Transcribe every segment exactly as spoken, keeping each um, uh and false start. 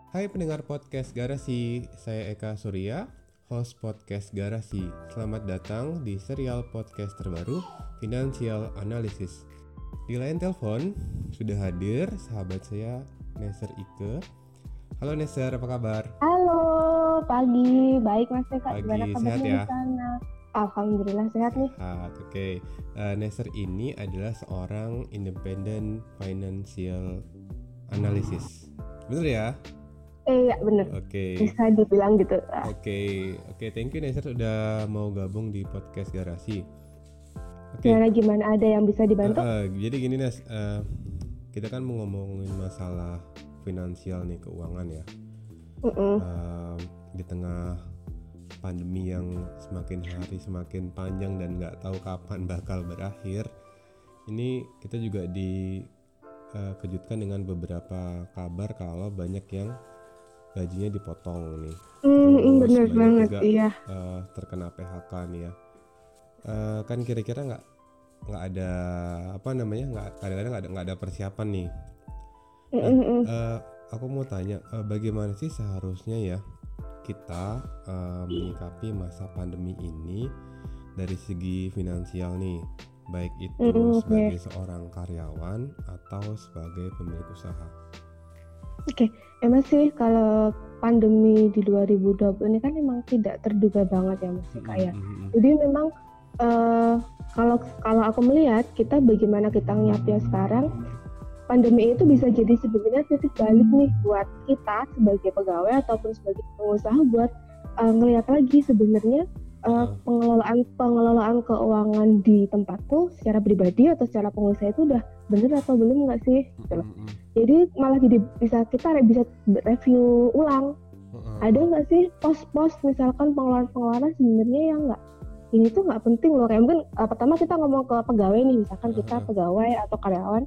Hai pendengar podcast Garasi, saya Eka Surya, host podcast Garasi. Selamat datang di serial podcast terbaru Financial Analysis. Di line telepon sudah hadir sahabat saya Neser Ike. Halo Neser, apa kabar? Halo, pagi. Baik Mas Eka, gimana Pagi, kabarnya sehat di ya? sana? Alhamdulillah sehat nih. Sehat, oke. Okay. Uh, Neser ini adalah seorang independent financial analysis. Bener ya? Eh ya bener, Oke. bisa dibilang gitu. Oke, oke, thank you Neser udah mau gabung di podcast Garasi. Oke. Gimana gimana ada yang bisa dibantu? Uh, uh, jadi gini Nes, uh, kita kan mau ngomongin masalah finansial nih, keuangan ya. Uh, di tengah pandemi yang semakin hari semakin panjang dan nggak tahu kapan bakal berakhir, ini kita juga dikejutkan uh, dengan beberapa kabar kalau banyak yang gajinya dipotong nih, Hmm, terus bener banyak banget juga iya. uh, terkena P H K nih ya. Uh, kan kira-kira nggak nggak ada apa namanya nggak kadang-kadang nggak ada nggak ada persiapan nih. Nah, uh, aku mau tanya, uh, bagaimana sih seharusnya ya kita uh, menyikapi masa pandemi ini dari segi finansial nih, baik itu Mm, sebagai okay. seorang karyawan atau sebagai pemilik usaha. Oke, okay. Emang sih kalau pandemi di dua ribu dua puluh ini kan memang tidak terduga banget ya Mas Eka ya. Mm-hmm. Jadi memang uh, kalau kalau aku melihat kita bagaimana kita nyiapnya sekarang, pandemi itu bisa jadi sebenarnya titik balik nih buat kita sebagai pegawai ataupun sebagai pengusaha buat uh, ngelihat lagi sebenarnya uh, pengelolaan pengelolaan keuangan di tempatku secara pribadi atau secara pengusaha itu udah bener atau belum nggak sih gitu loh. Jadi malah jadi bisa kita bisa review ulang. Ada nggak sih pos-pos misalkan pengeluaran-pengeluaran sebenarnya yang nggak ini tuh nggak penting loh. Kayak mungkin uh, pertama kita ngomong ke pegawai nih, misalkan kita pegawai atau karyawan,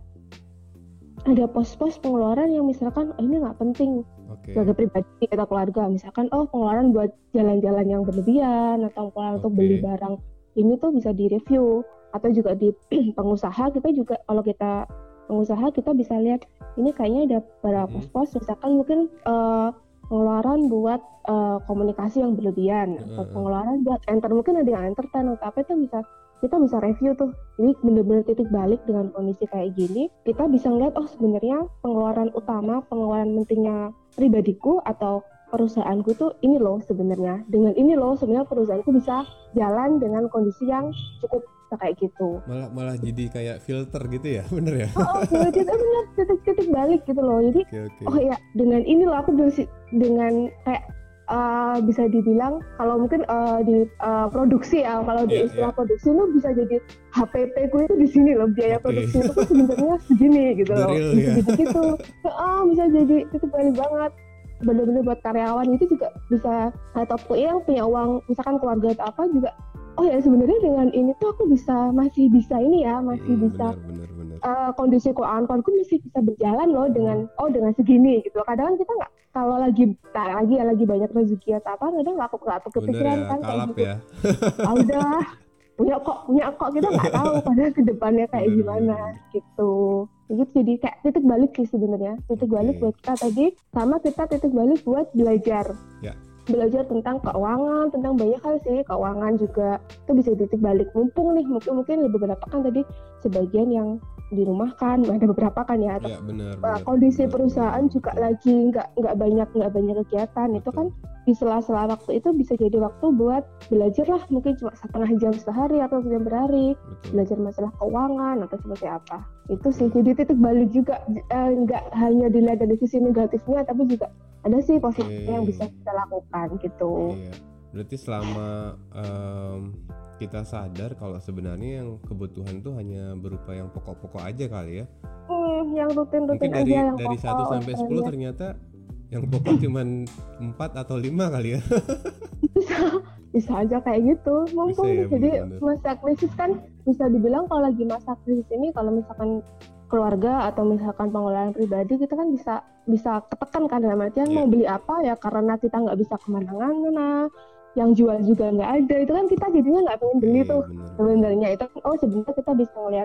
ada pos-pos pengeluaran yang misalkan oh, ini nggak penting okay. sebagai pribadi atau keluarga, misalkan oh pengeluaran buat jalan-jalan yang berlebihan atau pengeluaran okay. untuk beli barang ini tuh bisa direview. Atau juga di pengusaha kita juga kalau kita pengusaha kita bisa lihat ini kayaknya ada beberapa mm-hmm. pos-pos misalkan mungkin uh, pengeluaran buat uh, komunikasi yang berlebihan mm-hmm. atau pengeluaran buat enter mungkin ada yang entertain atau apa itu bisa kita bisa review tuh. Jadi benar-benar titik balik dengan kondisi kayak gini kita bisa ngeliat oh sebenarnya pengeluaran utama pengeluaran pentingnya pribadiku atau perusahaanku tuh ini loh sebenarnya dengan ini loh sebenarnya perusahaanku bisa jalan dengan kondisi yang cukup kayak gitu. Malah malah jadi kayak filter gitu ya, bener ya? Oh, oh filter, eh, bener titik-titik balik gitu loh. Jadi, okay, okay. oh ya dengan ini loh aku bisa dengan kayak uh, bisa dibilang kalau mungkin uh, di uh, produksi ya, kalau di yeah, istilah yeah. produksi lo bisa jadi H P P ku itu di sini loh biaya okay. produksi itu kan sebenarnya segini gitu loh. Real, bisa ya? jadi gitu. Oh bisa jadi titik balik banget. Bener-bener buat karyawan itu juga bisa atau yang punya uang misalkan keluarga atau apa juga. Oh ya sebenarnya dengan ini tuh aku bisa masih bisa ini ya masih hmm, bisa bener, bener, bener. Uh, kondisi keuanganku masih bisa berjalan loh dengan oh dengan segini gitu. Kadang kan kita nggak kalau lagi tak lagi ya lagi banyak rezeki atau apa kadang nggak aku nggak aku kepikiran ya, kan kayak gitu. Ya. Ah, udah punya kok punya kok kita nggak tahu padahal kedepannya kayak bener, gimana bener. Gitu. Jadi jadi kayak titik balik sih sebenarnya titik okay. balik buat kita tadi sama kita titik balik buat belajar. Ya. Belajar tentang keuangan, tentang banyak hal sih, keuangan juga itu bisa titik balik mumpung nih, mungkin mungkin beberapa kan tadi sebagian yang dirumahkan, ada beberapa kan ya, atau ya, bener, uh, bener, kondisi bener, perusahaan bener, juga bener. lagi nggak nggak banyak nggak banyak kegiatan, betul. Itu kan di sela-sela waktu itu bisa jadi waktu buat belajar lah, mungkin cuma setengah jam sehari atau jam berhari, betul. Belajar masalah keuangan atau seperti apa, itu sih jadi titik balik juga nggak uh, hanya dilihat dari sisi negatifnya, tapi juga ada sih positifnya okay. yang bisa kita lakukan gitu. Iya. Berarti selama um, kita sadar kalau sebenarnya yang kebutuhan itu hanya berupa yang pokok-pokok aja kali ya. Hmm, yang rutin-rutin mungkin dari, aja yang dari pokok. satu sampai sepuluh ternyata yang pokok cuma empat atau lima kali ya. Bisa, bisa aja kayak gitu. Mumpung ya, jadi bener-bener. Masa krisis kan bisa dibilang kalau lagi masa krisis ini kalau misalkan keluarga atau misalkan pengelolaan pribadi kita kan bisa bisa ketekan kan dalam artian yeah. mau beli apa ya karena kita nggak bisa kemana-mana, yang jual juga nggak ada, itu kan kita jadinya nggak pengen beli yeah, tuh sebenarnya itu oh sebenarnya kita bisa ngeliat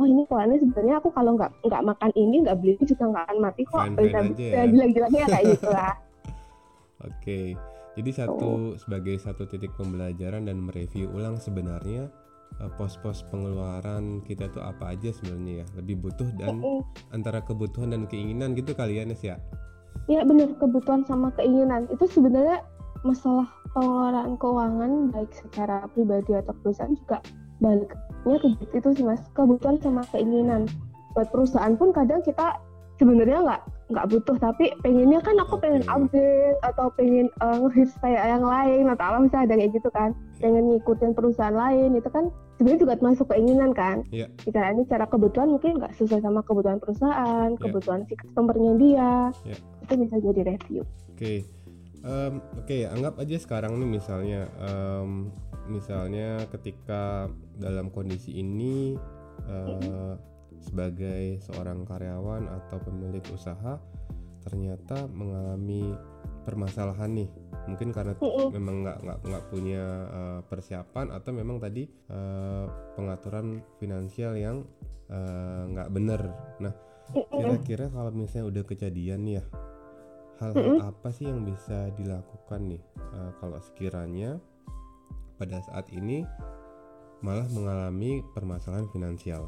oh ini keuangannya sebenarnya aku kalau nggak nggak makan ini, nggak beli ini juga nggak akan mati kok, bisa ya. gila-gilanya kayak gitu lah. Oke, jadi satu oh. sebagai satu titik pembelajaran dan mereview ulang sebenarnya uh, pos-pos pengeluaran kita tuh apa aja sebenarnya ya, lebih butuh dan mm-hmm. antara kebutuhan dan keinginan gitu kali ya Nes ya. Iya benar, kebutuhan sama keinginan itu sebenarnya masalah pengeluaran keuangan baik secara pribadi atau perusahaan juga baliknya ke itu sih Mas, kebutuhan sama keinginan. Buat perusahaan pun kadang kita sebenarnya nggak nggak butuh, tapi pengennya kan aku okay. pengen update atau pengen uh, nge-hits kayak yang lain atau apa, misalnya ada kayak gitu kan, pengen ngikutin perusahaan lain, itu kan sebenarnya juga masuk keinginan kan. Yeah. Cara ini cara kebutuhan mungkin nggak sesuai sama kebutuhan perusahaan, yeah. kebutuhan si customer-nya dia, yeah. itu bisa jadi review. Oke, okay. um, oke okay, anggap aja sekarang nih misalnya, um, misalnya ketika dalam kondisi ini. Uh, mm-hmm. sebagai seorang karyawan atau pemilik usaha ternyata mengalami permasalahan nih, mungkin karena mm-hmm. memang nggak nggak nggak punya uh, persiapan atau memang tadi uh, pengaturan finansial yang nggak uh, benar. Nah, mm-hmm. kira-kira kalau misalnya udah kejadian ya, hal-hal mm-hmm. apa sih yang bisa dilakukan nih uh, kalau sekiranya pada saat ini malah mengalami permasalahan finansial?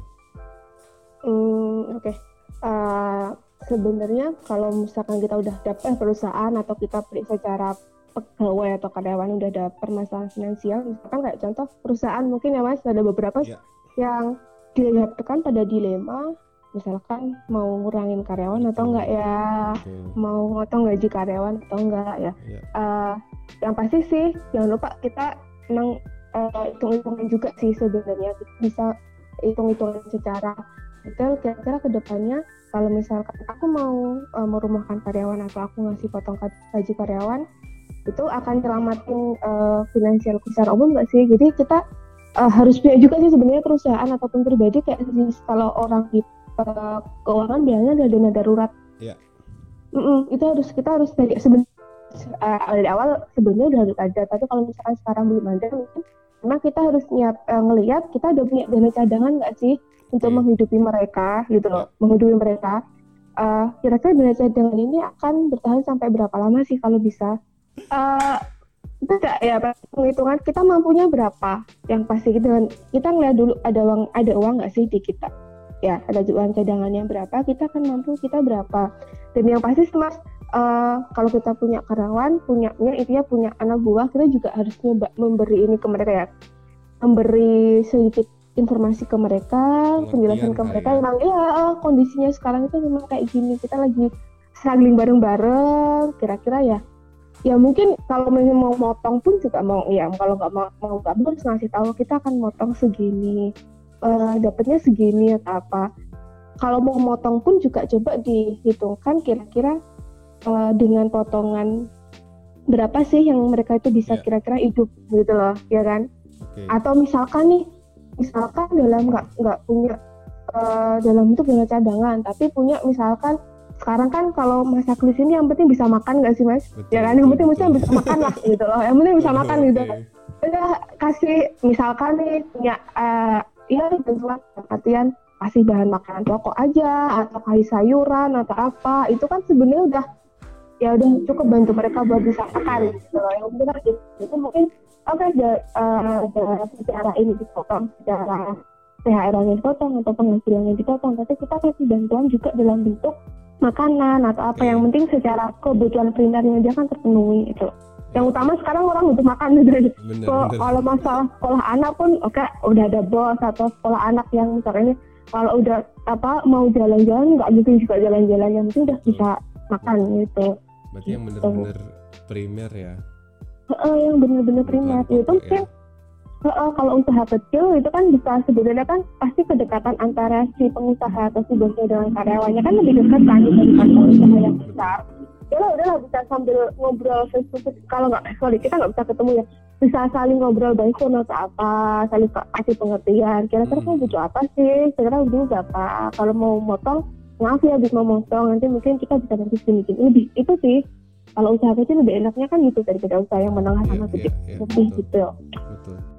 Hmm, oke. Okay. Uh, sebenarnya kalau misalkan kita udah dapat perusahaan atau kita secara pegawai atau karyawan udah ada permasalahan finansial, misalkan kayak contoh perusahaan mungkin ya Mas, ada beberapa yeah. yang dihadapkan pada dilema, misalkan mau ngurangin karyawan atau enggak ya, okay. mau ngotong gaji karyawan atau enggak ya. Yeah. Uh, yang pasti sih jangan lupa kita memang uh, hitung-hitungan juga sih sebenarnya, bisa hitung-hitungan secara detail kira-kira kedepannya kalau misalkan aku mau uh, merumahkan karyawan atau aku ngasih potong gaji karyawan, itu akan nyelamatin uh, finansial secara umum nggak sih? Jadi kita uh, harus punya juga sih sebenarnya perusahaan ataupun pribadi kayak kalau orang di uh, keuangan bilangnya ada dana darurat. Iya. Yeah. Itu harus kita harus dari sebenarnya uh, dari awal sebenarnya udah harus ada, tapi kalau misalkan sekarang belum ada, mungkin memang kita harus niat uh, ngelihat kita udah punya dana cadangan nggak sih untuk hmm. menghidupi mereka gitu loh, yeah. menghidupi mereka. Uh, kira-kira dana cadangan ini akan bertahan sampai berapa lama sih kalau bisa? Uh, tidak ya, penghitungan kita mampunya berapa? Yang pasti dengan kita ngeliat dulu ada uang ada uang nggak sih di kita? Ya ada uang cadangannya berapa? Kita akan mampu kita berapa? Dan yang pasti Mas, uh, kalau kita punya karyawan, punyanya intinya punya anak buah, kita juga harus nyoba memberi ini ke mereka ya, memberi sedikit informasi ke mereka, penjelasan ke mereka, memang ya kondisinya sekarang itu memang kayak gini, kita lagi struggling bareng-bareng, kira-kira ya, ya mungkin kalau mau motong pun juga mau, ya kalau nggak mau mau nggak harus ngasih tahu kita akan motong segini, uh, dapatnya segini atau apa. Kalau mau motong pun juga coba dihitungkan kira-kira uh, dengan potongan berapa sih yang mereka itu bisa yeah. kira-kira hidup gitu loh, ya kan? Okay. Atau misalkan nih. Misalkan dalam nggak nggak punya uh, dalam bentuk dana cadangan, tapi punya misalkan sekarang kan kalau masa krisis ini yang penting bisa makan nggak sih Mas? Betul, ya kan yang penting mesti bisa makan lah gitu loh, yang penting bisa makan gitu. Udah kasih misalkan nih punya uh, ya bantuan artian kasih bahan makanan pokok aja atau kasih sayuran atau apa, itu kan sebenarnya udah ya udah cukup bantu mereka buat bisa makan gitu loh. Yang penting itu, itu mungkin oke, okay, uh, secara ini dipotong, secara T H R-nya dipotong atau penghasilannya dipotong, tapi kita kasih bantuan juga dalam bentuk makanan atau apa, yang penting secara kebutuhan primernya dia kan terpenuhi itu. Yang utama sekarang orang butuh makan gitu. Kalau masalah sekolah anak pun oke, okay, udah ada bos atau sekolah anak yang misalnya kalau udah apa mau jalan-jalan nggak mungkin juga jalan-jalan, yang penting udah bisa makan gitu. Berarti yang benar-benar primer ya. Uh, yang benar-benar primer itu mungkin ya. uh, kalau usaha kecil itu kan bisa sebenarnya kan pasti kedekatan antara si pengusaha atau si bosnya dengan karyawannya kan lebih dekat kan dibandingkan usaha yang besar. Ya lah udahlah bisa sambil ngobrol face to face, kalau nggak sorry kita nggak bisa ketemu ya, bisa saling ngobrol by phone atau apa, saling kasih pengertian. Kira-kira hmm. kamu butuh apa sih? Kira-kira butuh berapa? Kalau mau motong maaf ya habis mau motong nanti mungkin kita bisa ganti sedikit lebih itu sih. Kalau usaha kecil lebih enaknya kan gitu daripada usaha yang menengah sama gede, yeah, yeah, yeah, lebih betul, gitu. Betul.